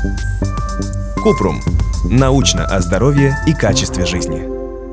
Купрум. Научно о здоровье и качестве жизни.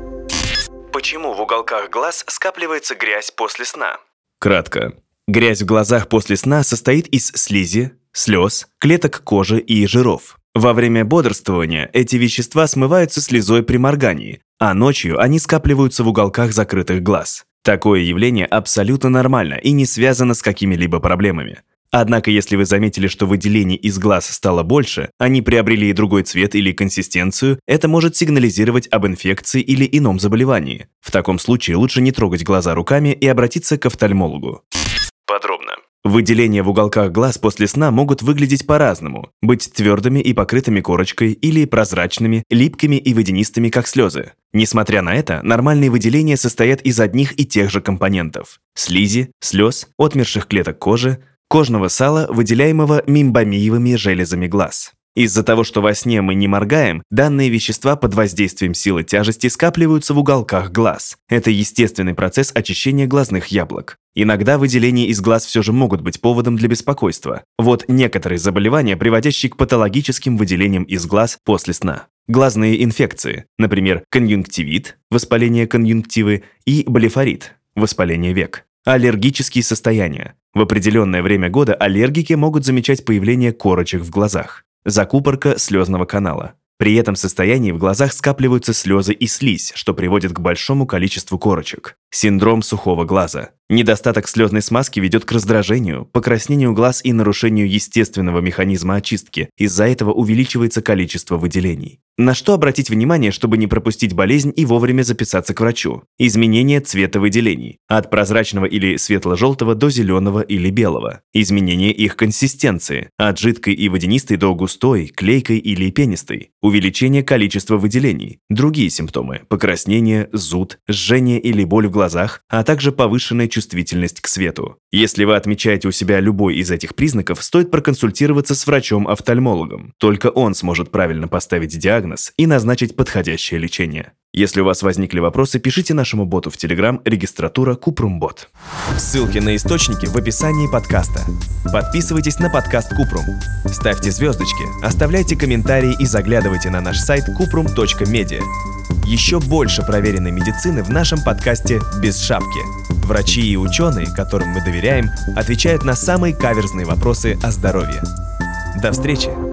Почему в уголках глаз скапливается грязь после сна? Кратко. Грязь в глазах после сна состоит из слизи, слез, клеток кожи и жиров. Во время бодрствования эти вещества смываются слезой при моргании, а ночью они скапливаются в уголках закрытых глаз. Такое явление абсолютно нормально и не связано с какими-либо проблемами. Однако, если вы заметили, что выделений из глаз стало больше, они приобрели другой цвет или консистенцию, это может сигнализировать об инфекции или ином заболевании. В таком случае лучше не трогать глаза руками и обратиться к офтальмологу. Подробно. Выделения в уголках глаз после сна могут выглядеть по-разному, быть твердыми и покрытыми корочкой или прозрачными, липкими и водянистыми, как слезы. Несмотря на это, нормальные выделения состоят из одних и тех же компонентов – слизи, слез, отмерших клеток кожи, кожного сала, выделяемого мейбомиевыми железами глаз. Из-за того, что во сне мы не моргаем, данные вещества под воздействием силы тяжести скапливаются в уголках глаз. Это естественный процесс очищения глазных яблок. Иногда выделения из глаз все же могут быть поводом для беспокойства. Вот некоторые заболевания, приводящие к патологическим выделениям из глаз после сна. Глазные инфекции, например, конъюнктивит, воспаление конъюнктивы, и блефорит, воспаление век. Аллергические состояния. В определенное время года аллергики могут замечать появление корочек в глазах. Закупорка слезного канала. При этом состоянии в глазах скапливаются слезы и слизь, что приводит к большому количеству корочек. Синдром сухого глаза. Недостаток слезной смазки ведет к раздражению, покраснению глаз и нарушению естественного механизма очистки. Из-за этого увеличивается количество выделений. На что обратить внимание, чтобы не пропустить болезнь и вовремя записаться к врачу? Изменение цвета выделений. От прозрачного или светло-желтого до зеленого или белого. Изменение их консистенции. От жидкой и водянистой до густой, клейкой или пенистой. Увеличение количества выделений. Другие симптомы – покраснение, зуд, жжение или боль в глазах, а также повышенная чувствительность к свету. Если вы отмечаете у себя любой из этих признаков, стоит проконсультироваться с врачом-офтальмологом. Только он сможет правильно поставить диагноз и назначить подходящее лечение. Если у вас возникли вопросы, пишите нашему боту в Telegram регистратура Купрумбот. Ссылки на источники в описании подкаста. Подписывайтесь на подкаст Купрум. Ставьте звездочки, оставляйте комментарии и заглядывайте на наш сайт kuprum.media. Еще больше проверенной медицины в нашем подкасте «Без шапки». Врачи и ученые, которым мы доверяем, отвечают на самые каверзные вопросы о здоровье. До встречи!